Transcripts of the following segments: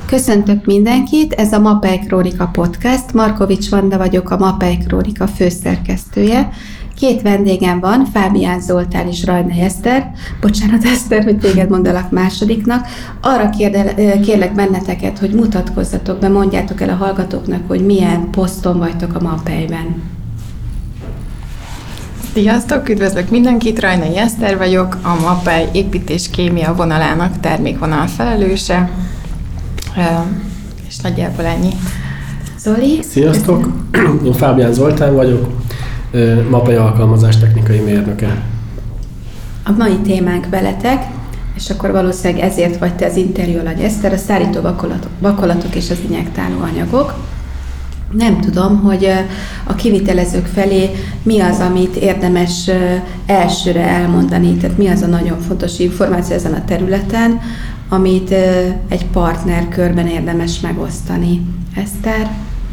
Köszöntök mindenkit, ez a Mapei Krónika Podcast. Markovics Vanda vagyok, a Mapei Krónika főszerkesztője. Két vendégem van, Fábián Zoltán és Rajnai Eszter. Bocsánat, Eszter, hogy téged mondalak másodiknak. Arra kérlek benneteket, hogy mutatkozzatok be, mondjátok el a hallgatóknak, hogy milyen poszton vagytok a Mapeiben. Sziasztok, üdvözlök mindenkit, Rajnai Eszter vagyok, a Mapei építéskémia vonalának termékvonal felelőse, és nagyjából ennyi. Zoli? Sziasztok, én Fábián Zoltán vagyok, Mapei alkalmazástechnikai mérnöke. A mai témánk veletek, és akkor valószínűleg ezért vagy te az interjú alany, Eszter, a szárító vakolatok és az injektáló anyagok. Nem tudom, hogy a kivitelezők felé mi az, amit érdemes elsőre elmondani, tehát mi az a nagyon fontos információ ezen a területen, amit egy partner körben érdemes megosztani. Eszter?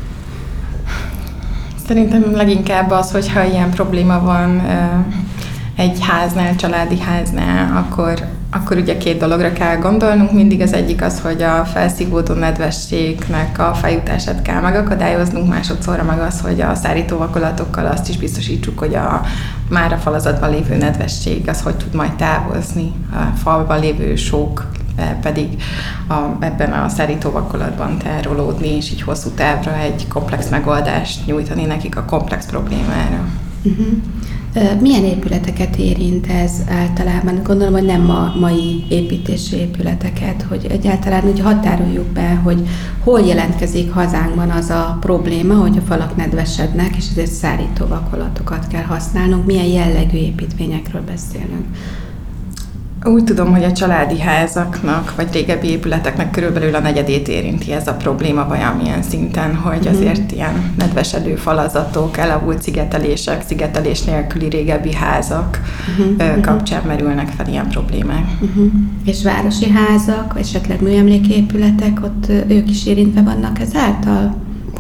Szerintem leginkább az, hogyha ilyen probléma van egy háznál, családi háznál, akkor ugye két dologra kell gondolnunk. Mindig az egyik az, hogy a felszívódó nedvességnek a feljutását kell megakadályoznunk, másodszorra meg az, hogy a szárító vakolatokkal azt is biztosítsuk, hogy már a falazatban lévő nedvesség az hogy tud majd távozni, a falban lévő sók pedig ebben a szárító vakolatban tárolódni, és így hosszú távra egy komplex megoldást nyújtani nekik a komplex problémára. Uh-huh. Milyen épületeket érint ez általában? Gondolom, hogy nem a mai építési épületeket, hogy egyáltalán úgy határoljuk be, hogy hol jelentkezik hazánkban az a probléma, hogy a falak nedvesednek, és ezért szárító vakolatokat kell használnunk. Milyen jellegű építményekről beszélünk? Úgy tudom, hogy a családi házaknak, vagy régebbi épületeknek körülbelül a negyedét érinti ez a probléma valamilyen szinten, hogy azért ilyen nedvesedő falazatok, elavult szigetelések, szigetelés nélküli régebbi házak kapcsán merülnek fel ilyen problémák. És városi házak, vagy esetleg műemléképületek, ott ők is érintve vannak ezáltal?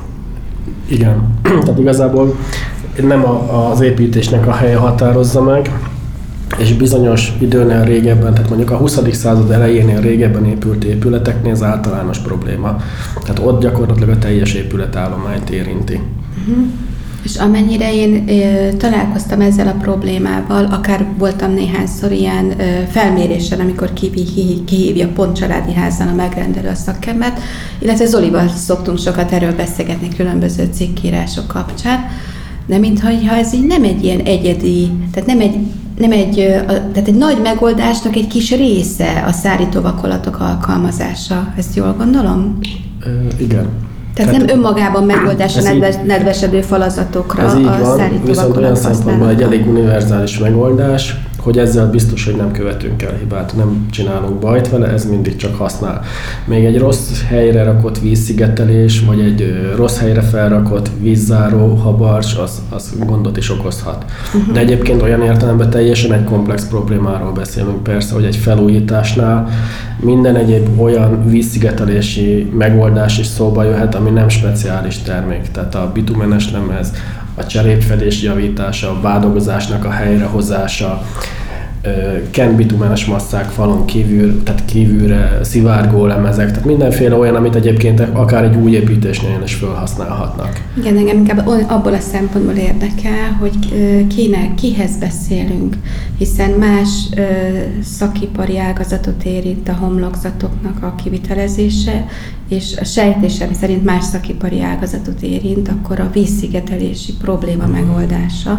Igen, tehát igazából nem az építésnek a helye határozza meg, és bizonyos időnél régebben, tehát mondjuk a 20. század elejénél régebben épült épületeknél az általános probléma. Tehát ott gyakorlatilag a teljes épületállományt érinti. És amennyire én találkoztam ezzel a problémával, akár voltam néhányszor ilyen felmérésen, amikor kihívja pont családi házan a megrendelő a szakembert, illetve Zolival szoktunk sokat erről beszélgetni különböző cikkírások kapcsán, de mintha ez így nem egy ilyen egyedi, tehát tehát egy nagy megoldásnak egy kis része a szárító vakolatok alkalmazása. Ezt jól gondolom? Igen. Tehát nem önmagában megoldás a nedvesedő falazatokra a szárító vakolatok viszont olyan szempontból egy elég univerzális megoldás, hogy ezzel biztos, hogy nem követünk el hibát, nem csinálunk bajt vele, ez mindig csak használ. Még egy rossz helyre rakott vízszigetelés, vagy egy rossz helyre felrakott vízzáró, habarcs, az gondot is okozhat. De egyébként olyan értelemben teljesen egy komplex problémáról beszélünk persze, hogy egy felújításnál minden egyéb olyan vízszigetelési megoldás is szóba jöhet, ami nem speciális termék. Tehát a bitumenes lemez, a cserépfedés javítása, a bádogozásnak a helyrehozása, kent bitumenes masszák falon kívül, tehát kívülre szivárgó lemezek, tehát mindenféle olyan, amit egyébként akár egy új építésnél is felhasználhatnak. Igen, engem inkább abból a szempontból érdekel, hogy kihez beszélünk, hiszen más szakipari ágazatot érint a homlokzatoknak a kivitelezése, és a sejtésem szerint más szakipari ágazatot érint, akkor a vízszigetelési probléma megoldása.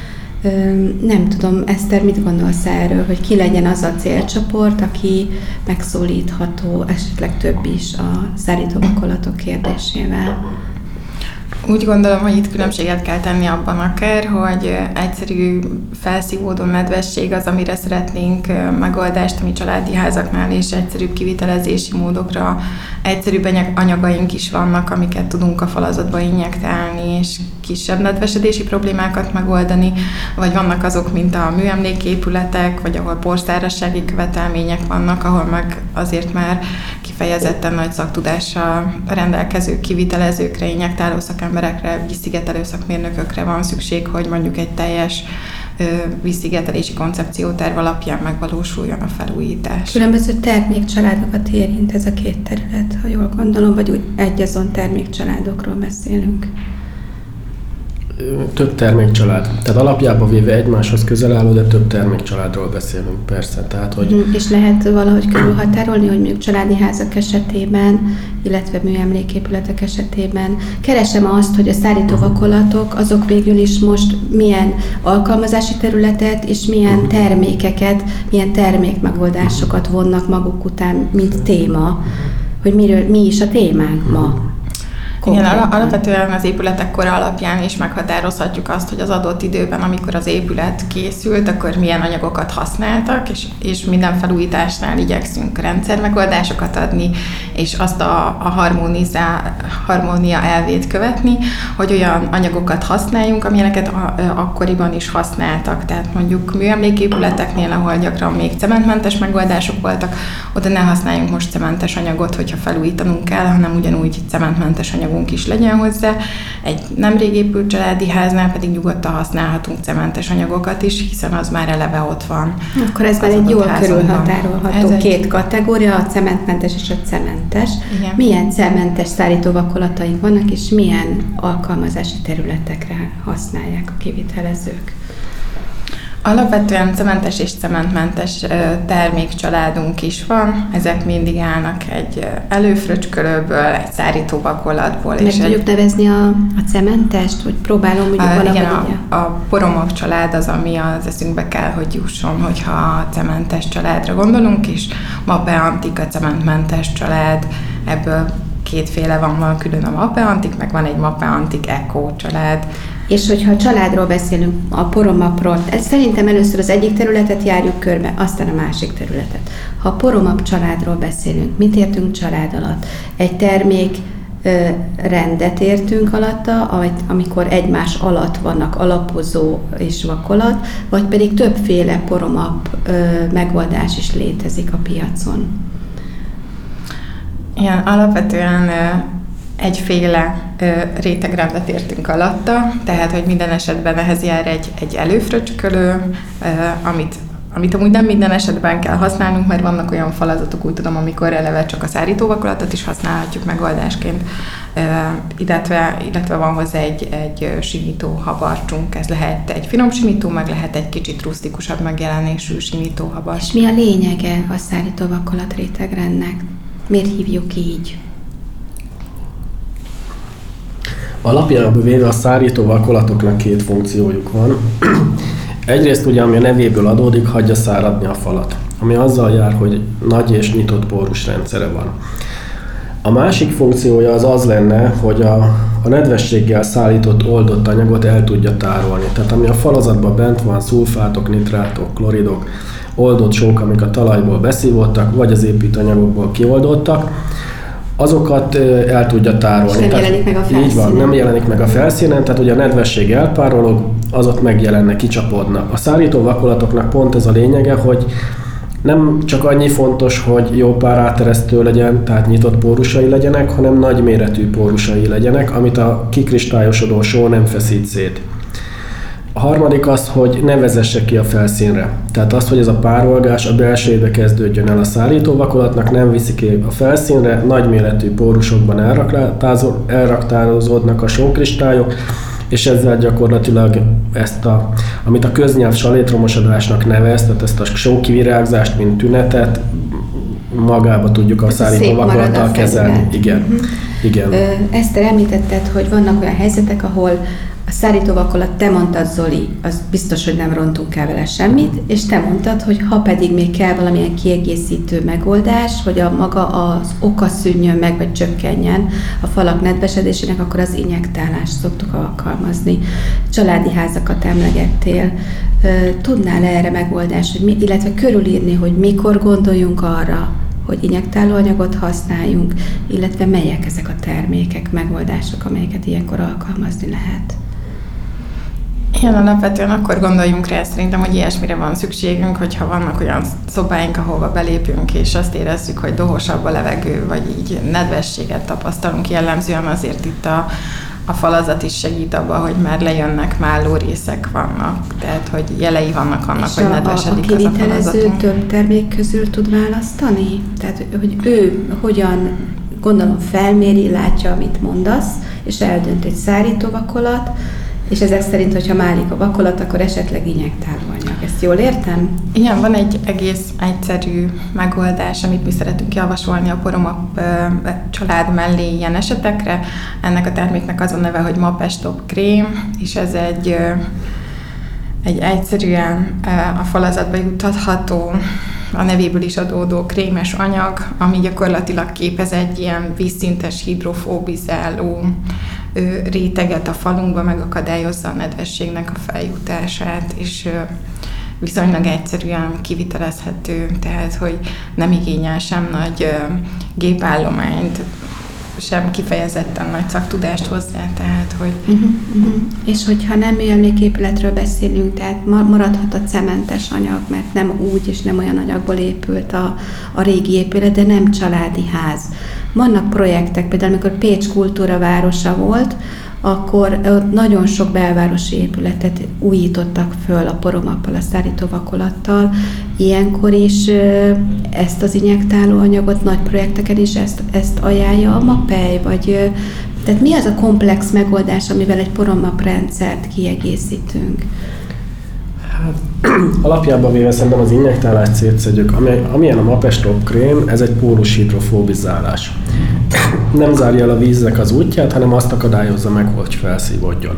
Nem tudom, Eszter, mit gondolsz erről, hogy ki legyen az a célcsoport, aki megszólítható, esetleg több is a szárító vakolatok kérdésével? Úgy gondolom, hogy itt különbséget kell tenni abban akár, hogy egyszerű felszívódó nedvesség az, amire szeretnénk megoldást, ami családi házaknál és egyszerűbb kivitelezési módokra. Egyszerűbb anyagaink is vannak, amiket tudunk a falazatba injektálni, és kisebb nedvesedési problémákat megoldani, vagy vannak azok, mint a műemléképületek, vagy ahol porszárassági követelmények vannak, ahol meg azért már kifejezetten nagy szaktudással rendelkező kivitelezőkre, injektáló szakemberekre, vízszigetelő szakmérnökökre van szükség, hogy mondjuk egy teljes vízszigetelési koncepcióterv alapján megvalósuljon a felújítás. Különböző termékcsaládokat érint ez a két terület, ha jól gondolom, vagy úgy egyazon termékcsaládokról beszélünk. Több termékcsalád. Tehát alapjában véve egymáshoz közel álló, de több termékcsaládról beszélünk, persze. Tehát, hogy... És lehet valahogy körülhatárolni, hogy mondjuk családi házak esetében, illetve műemléképületek esetében keresem azt, hogy a szállítóvakolatok azok végül is most milyen alkalmazási területet és milyen termékeket, milyen termékmegoldásokat vonnak maguk után, mint téma, hogy mi is a témánk ma. Igen, alapvetően az épületek kora alapján is meghatározhatjuk azt, hogy az adott időben, amikor az épület készült, akkor milyen anyagokat használtak, és minden felújításnál igyekszünk rendszermegoldásokat adni, és azt a harmónia elvét követni, hogy olyan anyagokat használjunk, amilyeneket akkoriban is használtak. Tehát mondjuk műemléképületeknél, ahol gyakran még cementmentes megoldások voltak, oda ne használjunk most cementes anyagot, hogyha felújítanunk kell, hanem ugyanúgy cementmentes anyagunk is legyen hozzá. Egy nemrég épült családi háznál pedig nyugodtan használhatunk cementes anyagokat is, hiszen az már eleve ott van. Akkor ez már egy jól körülhatárolható két kategória, a cementmentes és a cementes. Igen. Milyen cementes szállítóvakolataink vannak, és milyen alkalmazási területekre használják a kivitelezők? Alapvetően cementes és cementmentes termékcsaládunk is van. Ezek mindig állnak egy előfröcskölőből, egy szárítóvakolatból. Meg tudjuk nevezni a cementest, hogy próbálom mondjuk valahogy... Igen, a poromok család az, ami az eszünkbe kell, hogy jusson, hogyha a cementes családra gondolunk, és Mape Antik a cementmentes család, ebből kétféle van külön a Mape Antik, meg van egy Mape Antik Eco család. És hogyha a családról beszélünk, a poromapról, szerintem először az egyik területet járjuk körbe, aztán a másik területet. Ha a poromap családról beszélünk, mit értünk család alatt? Egy termék rendet értünk alatta, amikor egymás alatt vannak alapozó és vakolat, vagy pedig többféle poromap megoldás is létezik a piacon. Igen, alapvetően egyféle rétegrendet értünk alatta, tehát, hogy minden esetben ehhez jár egy előfröcskölő, amit amúgy nem minden esetben kell használnunk, mert vannak olyan falazatok, úgy tudom, amikor eleve csak a szárítóvakolatot is használhatjuk megoldásként, illetve van hozzá egy simító habarcsunk. Ez lehet egy finom simító, meg lehet egy kicsit rusztikusabb megjelenésű simító habarcs. És mi a lényege a szárítóvakolat rétegrendnek? Miért hívjuk így? Alapjában véve a szárítóvakolatoknak két funkciójuk van. Egyrészt ugye, ami a nevéből adódik, hagyja száradni a falat, ami azzal jár, hogy nagy és nyitott pórus rendszere van. A másik funkciója az lenne, hogy a nedvességgel szállított oldott anyagot el tudja tárolni. Tehát ami a falazatban bent van, szulfátok, nitrátok, kloridok, oldott sók, amik a talajból beszívódtak, vagy az építőanyagokból kioldottak, azokat el tudja tárolni. És nem jelenik meg a felszínen. Így van, nem jelenik meg a felszínen, tehát ugye a nedvesség elpárolog, azok megjelennek, kicsapódnak. A szárítóvakolatoknak pont ez a lényege, hogy nem csak annyi fontos, hogy jó pár áteresztő legyen, tehát nyitott pórusai legyenek, hanem nagy méretű pórusai legyenek, amit a kikristályosodó só nem feszít szét. A harmadik az, hogy ne vezesse ki a felszínre. Tehát az, hogy ez a párolgás a belsejébe kezdődjön el a szállítóvakolatnak, nem viszi ki a felszínre, nagyméretű pórusokban elraktározódnak a sókristályok, és ezzel gyakorlatilag amit a köznyelv salétromosodásnak nevez, tehát ezt a sókivirágzást, mint tünetet, magába tudjuk a szállítóvakolattal kezelni. Igen. Igen. Eszter, említetted, hogy vannak olyan helyzetek, ahol a szállítóvakolat, te mondtad, Zoli, az biztos, hogy nem rontunk el vele semmit, és te mondtad, hogy ha pedig még kell valamilyen kiegészítő megoldás, hogy a maga az oka szűnjön meg, vagy csökkenjen a falak nedvesedésének, akkor az injektálást szoktuk alkalmazni. Családi házakat emlegettél. Tudnál erre megoldást, illetve körülírni, hogy mikor gondoljunk arra, hogy injektálóanyagot használjunk, illetve melyek ezek a termékek, megoldások, amelyeket ilyenkor alkalmazni lehet? Igen, alapvetően akkor gondoljunk rá szerintem, hogy ilyesmire van szükségünk, hogyha vannak olyan szobáink, ahova belépünk, és azt érezzük, hogy dohosabb a levegő, vagy így nedvességet tapasztalunk jellemzően, azért itt a falazat is segít abban, hogy már lejönnek, málló részek vannak, tehát hogy jelei vannak annak, és hogy nedvesedik az a falazatunk. kivitelező több termék közül tud választani? Tehát, hogy ő hogyan, gondolom, felméri, látja, amit mondasz, és eldönt egy szárítóvakolat, és ezek szerint, hogyha málik a vakolat, akkor esetleg injektálóanyag. Ezt jól értem? Igen, van egy egész egyszerű megoldás, amit mi szeretünk javasolni a Poromap család mellé ilyen esetekre. Ennek a terméknek az a neve, hogy Mapestop krém, és ez egy egyszerűen a falazatba juttatható, a nevéből is adódó krémes anyag, ami gyakorlatilag képez egy ilyen vízszintes hidrofóbizáló réteget a falunkba, megakadályozza a nedvességnek a feljutását, és viszonylag egyszerűen kivitelezhető, tehát hogy nem igényel sem nagy gépállományt, sem kifejezetten nagy szaktudást hozzá, tehát hogy... És hogyha nem műemléképületről beszélünk, tehát maradhat a cementes anyag, mert nem úgy és nem olyan anyagból épült a régi épület, de nem családi ház. Vannak projektek, például amikor Pécs kultúravárosa volt, akkor ott nagyon sok belvárosi épületet újítottak föl a Poromappal, a szárítóvakolattal. Ilyenkor is ezt az injektáló anyagot nagy projekteken is ezt ajánlja a MAPEI, vagy tehát mi az a komplex megoldás, amivel egy Poromap rendszert kiegészítünk? Hát, alapjában véve szerintem az injektálás szétszedjük, amilyen a Mapestop krém, ez egy pórus hidrofóbizálás. Nem zárja el a víznek az útját, hanem azt akadályozza meg, hogy felszívódjon.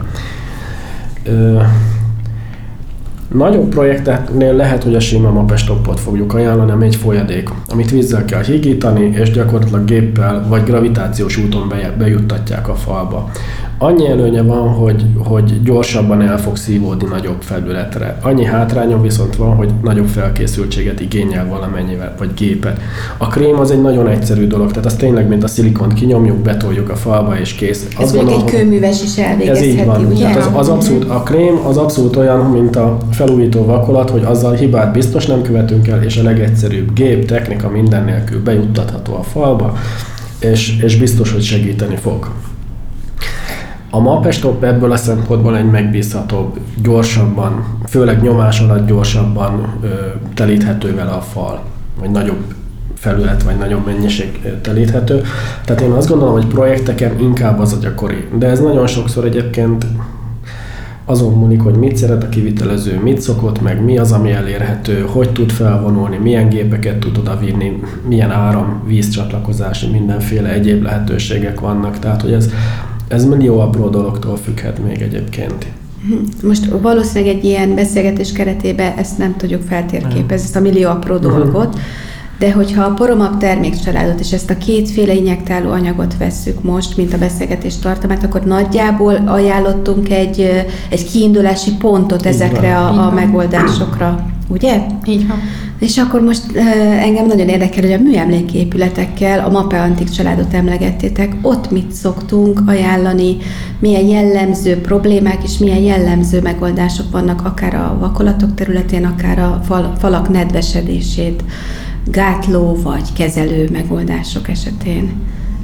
Nagyobb projekteknél lehet, hogy a sima Mapestopot fogjuk ajánlani, ami egy folyadék, amit vízzel kell hígítani, és gyakorlatilag géppel vagy gravitációs úton bejuttatják a falba. Annyi előnye van, hogy gyorsabban el fog szívódni nagyobb felületre. Annyi hátránya viszont van, hogy nagyobb felkészültséget igényel valamennyivel, vagy gépet. A krém az egy nagyon egyszerű dolog, tehát az tényleg, mint a szilikont kinyomjuk, betoljuk a falba és kész. Ez még egy kőműves is elvégezheti, ez így van. ugye? Tehát az abszolút, a krém az abszolút olyan, mint a felújító vakolat, hogy azzal hibát biztos nem követünk el, és a legegyszerűbb gép, technika minden nélkül bejuttatható a falba, és biztos, hogy segíteni fog. A Mapestop ebből a szempontból egy megbízhatóbb, gyorsabban, főleg nyomás alatt gyorsabban telíthető vele a fal, vagy nagyobb felület, vagy nagyobb mennyiség telíthető. Tehát én azt gondolom, hogy projekteken inkább az a gyakori. De ez nagyon sokszor egyébként azon múlik, hogy mit szeret a kivitelező, mit szokott, meg mi az, ami elérhető, hogy tud felvonulni, milyen gépeket tud odavinni, milyen áram, vízcsatlakozási, mindenféle egyéb lehetőségek vannak. Tehát, hogy ez millió apró dologtól függhet még egyébként. Most valószínűleg egy ilyen beszélgetés keretében ezt nem tudjuk feltérképezni, ezt a millió apró dolgot, de hogyha a Poromap termékcsaládot és ezt a kétféle injektáló anyagot vesszük most, mint a beszélgetés tartalmát, akkor nagyjából ajánlottunk egy kiindulási pontot ezekre a megoldásokra, ugye? Így van. És akkor most engem nagyon érdekel, hogy a műemléképületekkel, a MAPE Antik családot emlegettétek, ott mit szoktunk ajánlani, milyen jellemző problémák és milyen jellemző megoldások vannak akár a vakolatok területén, akár a falak nedvesedését gátló vagy kezelő megoldások esetén.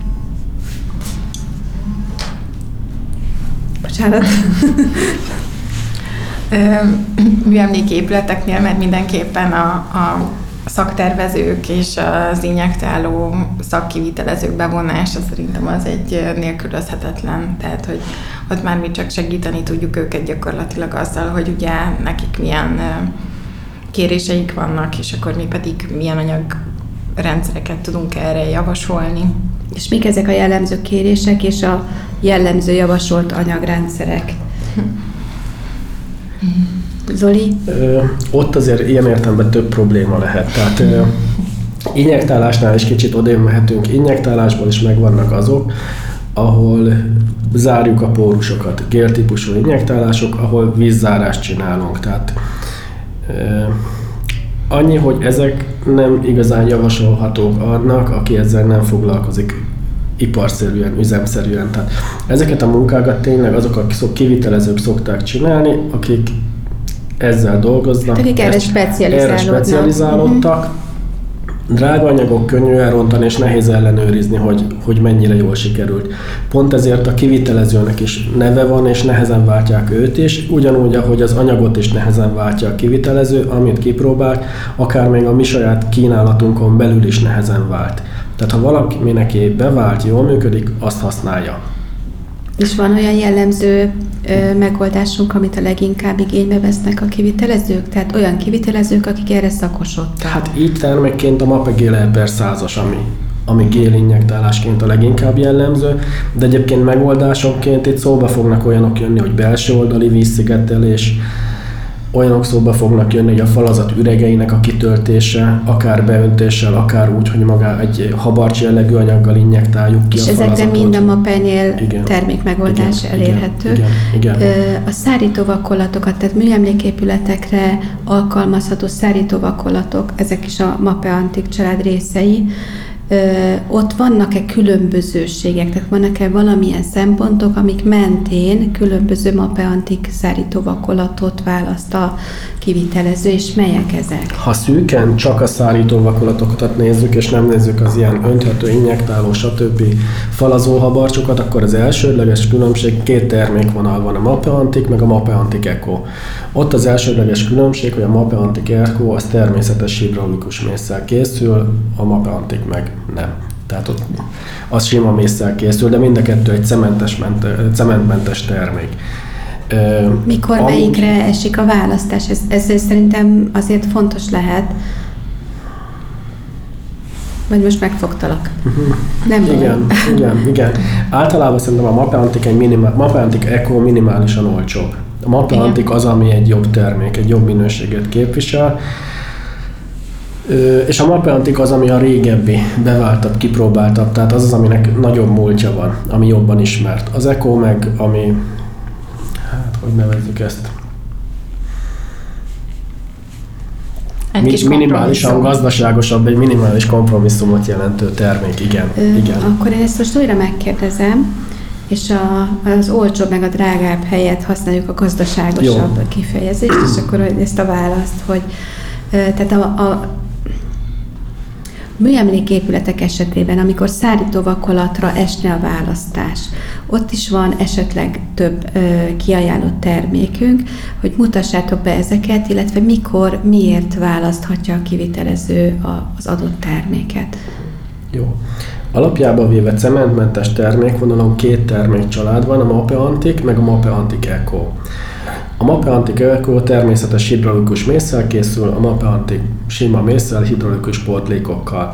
Bocsánat. Műemléképületeknél, mert mindenképpen a szaktervezők és az injektáló szakkivitelezők bevonása szerintem az egy nélkülözhetetlen, tehát hogy ott már mi csak segíteni tudjuk őket gyakorlatilag azzal, hogy ugye nekik milyen kéréseik vannak, és akkor mi pedig milyen anyagrendszereket tudunk erre javasolni. És mik ezek a jellemző kérések és a jellemző javasolt anyagrendszerek? Zoli? Ott azért ilyen értelemben több probléma lehet. Tehát injektálásnál is kicsit odébb mehetünk. Injektálásból is megvannak azok, ahol zárjuk a pórusokat. Géltípusú injektálások, ahol vízzárást csinálunk. Tehát annyi, hogy ezek nem igazán javasolhatók annak, aki ezzel nem foglalkozik. iparszerűen, üzemszerűen. Tehát ezeket a munkákat tényleg azok a kivitelezők szokták csinálni, akik ezzel dolgoznak. Akik erre specializálódtak. Drága anyagok, könnyű elrontani, és nehéz ellenőrizni, hogy mennyire jól sikerült. Pont ezért a kivitelezőnek is neve van, és nehezen váltják őt is, ugyanúgy, ahogy az anyagot is nehezen váltja a kivitelező, amit kipróbált, akár még a mi saját kínálatunkon belül is nehezen vált. Tehát ha valaki neki bevált, jól működik, azt használja. És van olyan jellemző megoldásunk, amit a leginkább igénybe vesznek a kivitelezők? Tehát olyan kivitelezők, akik erre szakosodtak? Hát így termékként a MAPE GLE per 100-as, ami gélinjektálásként a leginkább jellemző, de egyébként megoldásokként itt szóba fognak olyanok jönni, hogy belső oldali vízszigetelés, olyanok szóba fognak jönni, hogy a falazat üregeinek a kitöltése, akár beöntéssel, akár úgy, hogy maga egy habarcs jellegű anyaggal injektáljuk ki és a falazatot. És ezekre mind a MAPE-nél termékmegoldás elérhető. Igen. A szárítóvakolatokat, tehát műemléképületekre alkalmazható szárítóvakolatok, ezek is a MAPE Antik család részei. Ott vannak-e különbözőségek, tehát vannak-e valamilyen szempontok, amik mentén különböző MAPE Antik szárítóvakolatot választ a kivitelező, és melyek ezek? Ha szűken csak a szárítóvakolatokat nézzük, és nem nézzük az ilyen önthető, injektáló, stb. Falazóhabarcsokat, akkor az elsődleges különbség 2 termékvonal van, a MAPE Antik meg a MAPE Antik Eco. Ott az elsődleges különbség, hogy a MAPE Antik Eco az természetes hidraulikus mésszel készül, a MAPE Antik meg nem. Tehát ott az sima mésszel készül, de mind a kettő egy cementmentes termék. Mikor melyikre esik a választás? Ez szerintem azért fontos lehet. Vagy most megfogtalak. Nem Igen. Általában szerintem a MAPE Antik Eco minimálisan olcsóbb. A MAPE Antik az, ami egy jobb termék, egy jobb minőséget képvisel. És a MAPE Antik az, ami a régebbi, beváltabb, kipróbáltabb, tehát az, aminek nagyobb múltja van, ami jobban ismert. Az Eco meg, ami, hogy nevezzük ezt? Minimálisan gazdaságosabb, egy minimális kompromisszumot jelentő termék, igen. Akkor én ezt most újra megkérdezem, és az olcsóbb meg a drágább helyett használjuk a gazdaságosabb kifejezést, és akkor ezt a választ, hogy tehát a műemléképületek esetében, amikor szárítóvakolatra esne a választás, ott is van esetleg több kiajánlott termékünk, hogy mutassátok be ezeket, illetve mikor, miért választhatja a kivitelező az adott terméket. Jó. Alapjában véve cementmentes termékvonalon 2 termékcsalád van, a MAPE Antik meg a MAPE Antik Eco. A MAPE Antik Eco természetes hidraulikus mésszel készül, a MAPE Antik sima mésszel, hidraulikus pótlékokkal.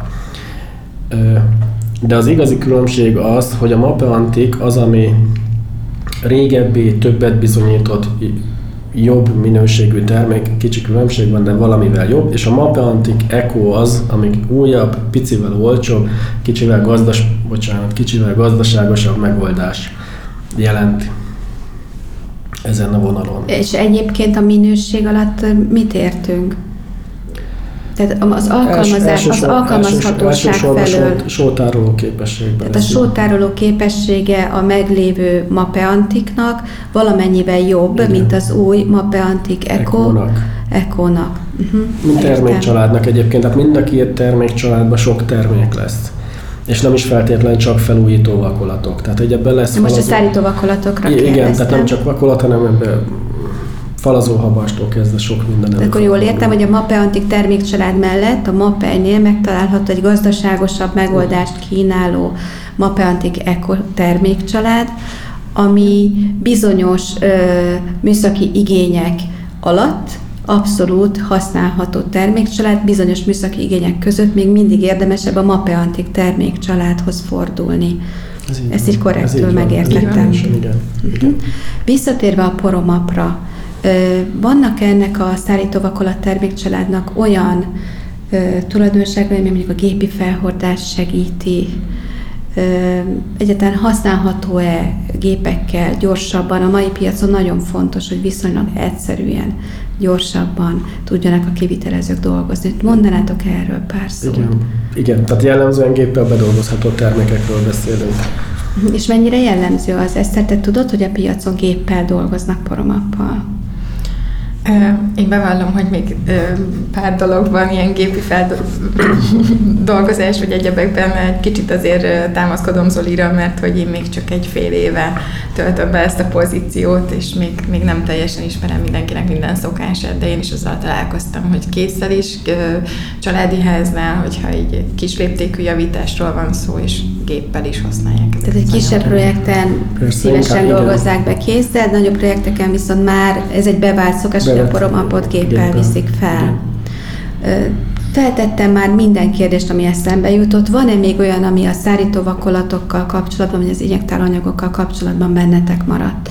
De az igazi különbség az, hogy a MAPE Antik az, ami régebbi, többet bizonyított, jobb minőségű termék, kicsi különbség van, de valamivel jobb, és a MAPE Antik Eco az, ami újabb, picivel olcsóbb, kicsivel gazdaságosabb megoldás jelent ezen a vonalon. És egyébként a minőség alatt mit értünk? Tehát az alkalmazhatóság felől. A sótároló képességben. Tehát a sótároló képessége a meglévő MAPE Antiknak valamennyivel jobb, igen, mint az új MAPE Antik Eco-nak. Mint termékcsaládnak egyébként, tehát mind a 2 termékcsaládban sok termék lesz. És nem is feltétlenül csak felújító vakolatok. Tehát ebben lesz most a szárító vakolatokra igen, tehát nem csak vakolat, hanem ebben falazóhabarstól kezdve sok minden. De akkor jól értem, hogy a MAPE Antik termékcsalád mellett a MAPE-nél megtalálható egy gazdaságosabb megoldást kínáló MAPE Antik Eco termékcsalád, ami bizonyos műszaki igények alatt abszolút használható termékcsalád, bizonyos műszaki igények között még mindig érdemesebb a MAPE Antik termékcsaládhoz fordulni. Ezt így korrektül megértettem. Igen. Visszatérve a Poromapra, vannak ennek a szárítóvakolat termékcsaládnak olyan tulajdonságai, ami mondjuk a gépi felhordást segíti, egyáltalán használható-e gépekkel, gyorsabban. A mai piacon nagyon fontos, hogy viszonylag egyszerűen, gyorsabban tudjanak a kivitelezők dolgozni. Mondanátok erről pár szót? Igen, tehát jellemzően géppel bedolgozható termékekről beszélünk. És mennyire jellemző az? Eszter, te tudod, hogy a piacon géppel dolgoznak poromappal? Én bevallom, hogy még pár dologban, ilyen gépi feldolgozás vagy egyebekben egy kicsit azért támaszkodom Zolira, mert hogy én még csak egy fél éve töltöm be ezt a pozíciót, és még nem teljesen ismerem mindenkinek minden szokását, de én is azzal találkoztam, hogy késszel is, családi háznál, hogyha így egy kis léptékű javításról van szó, és géppel is használják. Tehát egy kisebb projekten szívesen dolgozzák be kézzel, nagyobb projekteken viszont már ez egy bevált szokás, hogy a poromappot géppel viszik fel. Feltettem már minden kérdést, ami eszembe jutott. Van-e még olyan, ami a szárítóvakolatokkal kapcsolatban, vagy az injektáló anyagokkal kapcsolatban bennetek maradt?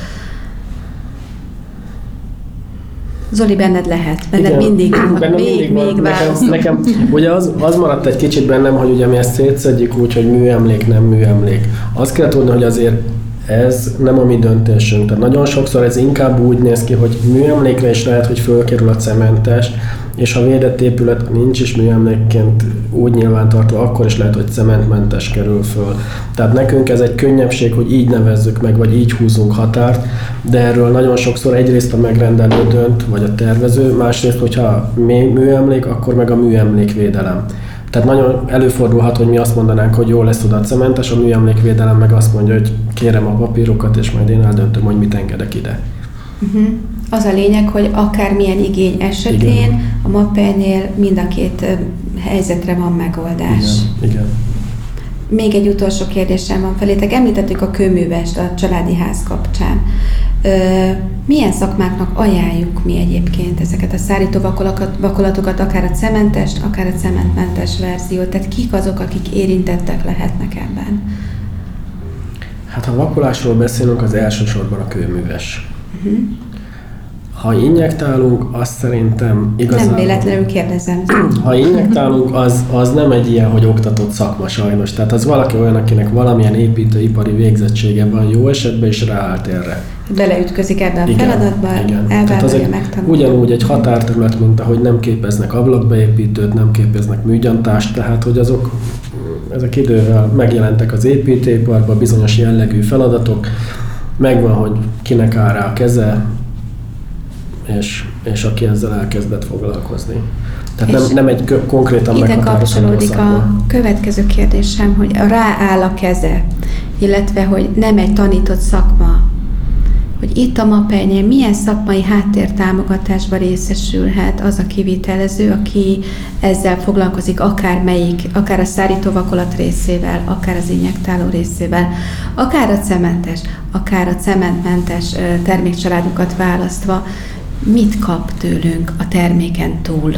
Zoli, benned lehet. Benned mindig válasz. Nekem ugye az maradt egy kicsit bennem, hogy ugye mi ezt szétszedjük úgy, hogy műemlék, nem műemlék. Azt kell tudni, hogy azért ez nem a mi döntésünk. Tehát nagyon sokszor ez inkább úgy néz ki, hogy műemlékre is lehet, hogy fölkerül a cementes, és ha védett épület nincs is műemlékként úgy nyilvántartva, akkor is lehet, hogy cementmentes kerül föl. Tehát nekünk ez egy könnyebbség, hogy így nevezzük meg, vagy így húzunk határt, de erről nagyon sokszor egyrészt a megrendelő dönt, vagy a tervező, másrészt, hogyha műemlék, akkor meg a műemlékvédelem. Tehát nagyon előfordulhat, hogy mi azt mondanánk, hogy jó lesz oda a cementes, a műemlékvédelem meg azt mondja, hogy kérem a papírokat, és majd én eldöntöm, hogy mit engedek ide. Az a lényeg, hogy akármilyen igény esetén a MAPER-nél mind a két helyzetre van megoldás. Igen. Még egy utolsó kérdésem van felétek. Említettük a kőművest a családi ház kapcsán. Milyen szakmáknak ajánljuk mi egyébként ezeket a szárító vakolatokat, akár a cementest, akár a cementmentes verziót? Tehát kik azok, akik érintettek lehetnek ebben? Hát ha vakolásról beszélünk, az elsősorban a kőműves. Ha injektálunk, azt szerintem igazából... Nem véletlenül kérdezem. Ha injektálunk, az nem egy ilyen, hogy oktatott szakma sajnos. Tehát az valaki olyan, akinek valamilyen építőipari végzettsége van, jó esetben is ráállt erre. Beleütközik ebben a feladatba, elvállalja, megtanulja. Ugyanúgy egy határterület, mint ahogy nem képeznek ablakbeépítőt, nem képeznek műgyantást, tehát hogy ezek idővel megjelentek az építőiparban bizonyos jellegű feladatok, megvan, hogy kinek áll rá a keze, és aki ezzel elkezdett foglalkozni. Tehát nem egy konkrétan meghatározható kapcsolódik a következő kérdésem, hogy rááll a keze, illetve hogy nem egy tanított szakma, hogy itt a MAPER-nél milyen szakmai háttértámogatásba részesülhet az a kivitelező, aki ezzel foglalkozik, akár a szárítóvakolat részével, akár az injektáló részével, akár a cementes, akár a cementmentes termékcsaládokat választva, mit kap tőlünk a terméken túl?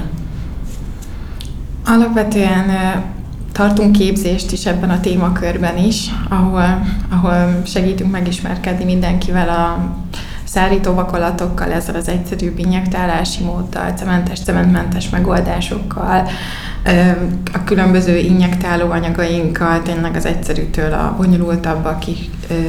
Alapvetően tartunk képzést is ebben a témakörben is, ahol segítünk megismerkedni mindenkivel a szárítóvakolatokkal, ezzel az egyszerűbb injektálási móddal, cementmentes megoldásokkal, a különböző injektáló anyagainkkal, tényleg az egyszerűtől a bonyolultabbakig,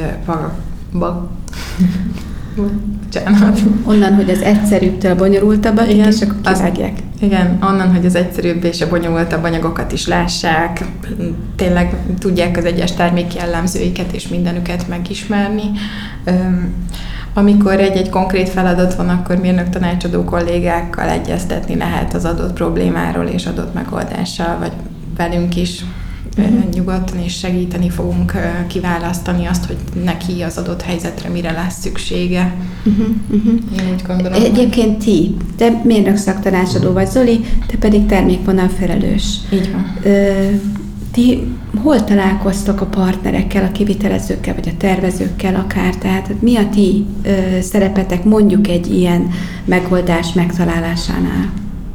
Onnan, hogy az egyszerűbbtől a bonyolultabbak, és akkor kivágják. Igen, onnan, hogy az egyszerűbb és a bonyolultabb anyagokat is lássák, tényleg tudják az egyes termék jellemzőiket és mindenüket megismerni. Amikor egy konkrét feladat van, akkor mérnök tanácsadó kollégákkal egyeztetni lehet az adott problémáról és adott megoldással, vagy velünk is nyugodtan és segíteni fogunk kiválasztani azt, hogy neki az adott helyzetre mire lesz szüksége. Én úgy gondolom. Egyébként te mérnök szaktanácsadó vagy, Zoli, te pedig termékvonal felelős. Így van. Ti hol találkoztok a partnerekkel, a kivitelezőkkel, vagy a tervezőkkel akár? Tehát mi a ti szerepetek mondjuk egy ilyen megoldás megtalálásánál?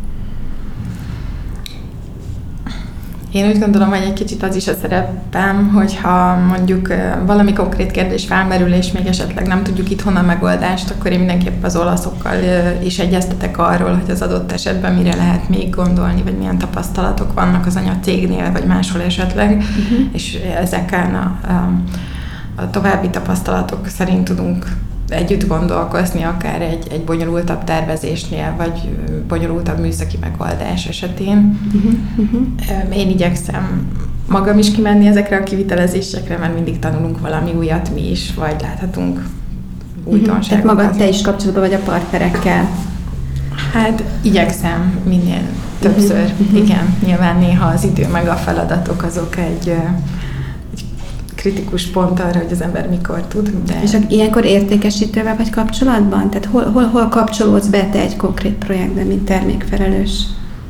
Én úgy gondolom, hogy egy kicsit az is a szerepem, hogyha mondjuk valami konkrét kérdés felmerül, és még esetleg nem tudjuk itthon a megoldást, akkor én mindenképp az olaszokkal is egyeztetek arról, hogy az adott esetben mire lehet még gondolni, vagy milyen tapasztalatok vannak az anyacégnél, vagy máshol esetleg, és ezeken a további tapasztalatok szerint tudunk együtt gondolkozni, akár egy bonyolultabb tervezésnél, vagy bonyolultabb műszaki megoldás esetén. Én igyekszem magam is kimenni ezekre a kivitelezésekre, mert mindig tanulunk valami újat mi is, vagy láthatunk újdonságokat. Tehát magad te is kapcsolatban vagy a partnerekkel? Hát igyekszem minél többször. Igen, nyilván néha az idő meg a feladatok azok egy kritikus pont arra, hogy az ember mikor tud. De... És ilyenkor értékesítővel vagy kapcsolatban? Tehát hol kapcsolódsz be te egy konkrét projektben, mint termékfelelős?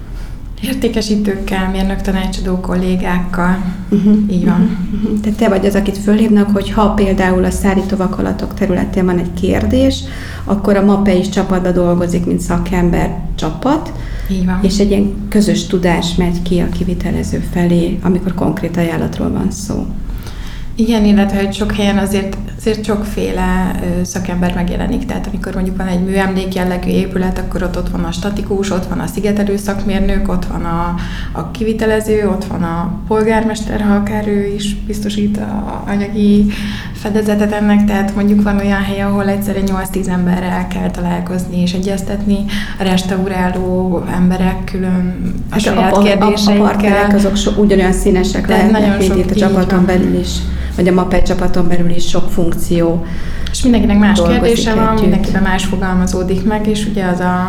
Értékesítőkkel, mérnök tanácsadó kollégákkal. Így van. Tehát te vagy az, akit fölhívnak, hogy ha például a szállítóvakolatok területén van egy kérdés, akkor a MAPE is csapatba dolgozik, mint szakember csapat, így van. És egy ilyen közös tudás megy ki a kivitelező felé, amikor konkrét ajánlatról van szó. Igen, illetve hogy sok helyen azért sokféle szakember megjelenik. Tehát amikor mondjuk van egy műemlék jellegű épület, akkor ott van a statikus, ott van a szigetelő szakmérnök, ott van a kivitelező, ott van a polgármester, ha akár ő is biztosít a anyagi fedezetet ennek. Tehát mondjuk van olyan hely, ahol egyszerűen 8-10 emberrel kell találkozni és egyeztetni, a restauráló emberek külön a saját kérdéseikkel. A partnerek azok ugyanolyan színesek lehetnek, mint itt a csapaton belül is, vagy a MAPE csapaton belül is sok funkció. És mindenkinek más kérdése van, mindenkiben más fogalmazódik meg, és ugye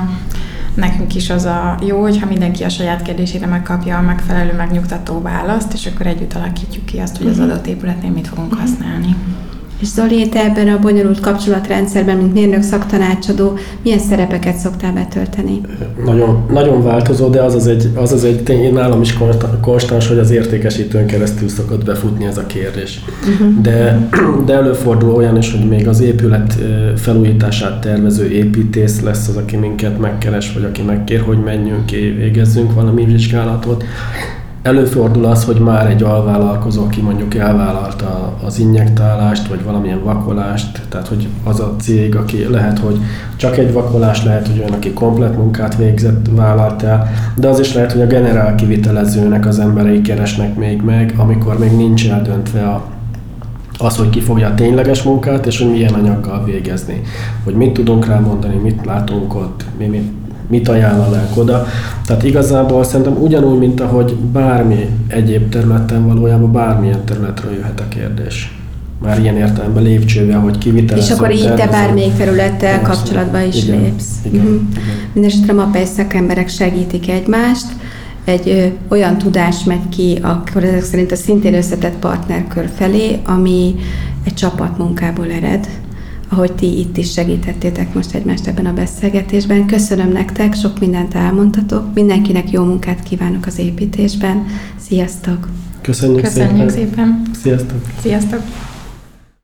nekünk is az a jó, hogyha mindenki a saját kérdésére megkapja a megfelelő, megnyugtató választ, és akkor együtt alakítjuk ki azt, hogy az adott épületnél mit fogunk használni. És Zoli, te ebben a bonyolult kapcsolatrendszerben, mint mérnök szaktanácsadó, milyen szerepeket szoktál betölteni? Nagyon, nagyon változó, de az egy tény, nálam is konstans, hogy az értékesítőn keresztül szokott befutni ez a kérdés. De előfordul olyan is, hogy még az épület felújítását tervező építész lesz az, aki minket megkeres, vagy aki megkér, hogy menjünk, végezzünk valami vizsgálatot. Előfordul az, hogy már egy alvállalkozó, aki mondjuk elvállalta az injektálást, vagy valamilyen vakolást, tehát hogy az a cég, aki lehet, hogy csak egy vakolás, lehet, hogy olyan, aki komplett munkát végzett, vállalt el, de az is lehet, hogy a generál kivitelezőnek az emberei keresnek még meg, amikor még nincs eldöntve az, hogy ki fogja a tényleges munkát, és hogy milyen anyaggal végezni. Hogy mit tudunk rá mondani, mit látunk ott, mit ajánlanánk oda. Tehát igazából szerintem ugyanúgy, mint ahogy bármi egyéb területen valójában bármilyen területről jöhet a kérdés. Már ilyen értelemben lépcsővel, hogy kivitelező. És akkor így te bármelyik területtel kapcsolatba is lépsz. Igen. Mindenesetre a MAPE szakemberek segítik egymást, egy olyan tudás megy ki, akkor ezek szerint a szintén összetett partnerkör felé, ami egy csapatmunkából ered, ahogy ti itt is segítettétek most egymást ebben a beszélgetésben. Köszönöm nektek, sok mindent elmondtatok, mindenkinek jó munkát kívánok az építésben. Sziasztok! Köszönjük szépen! Sziasztok! Sziasztok!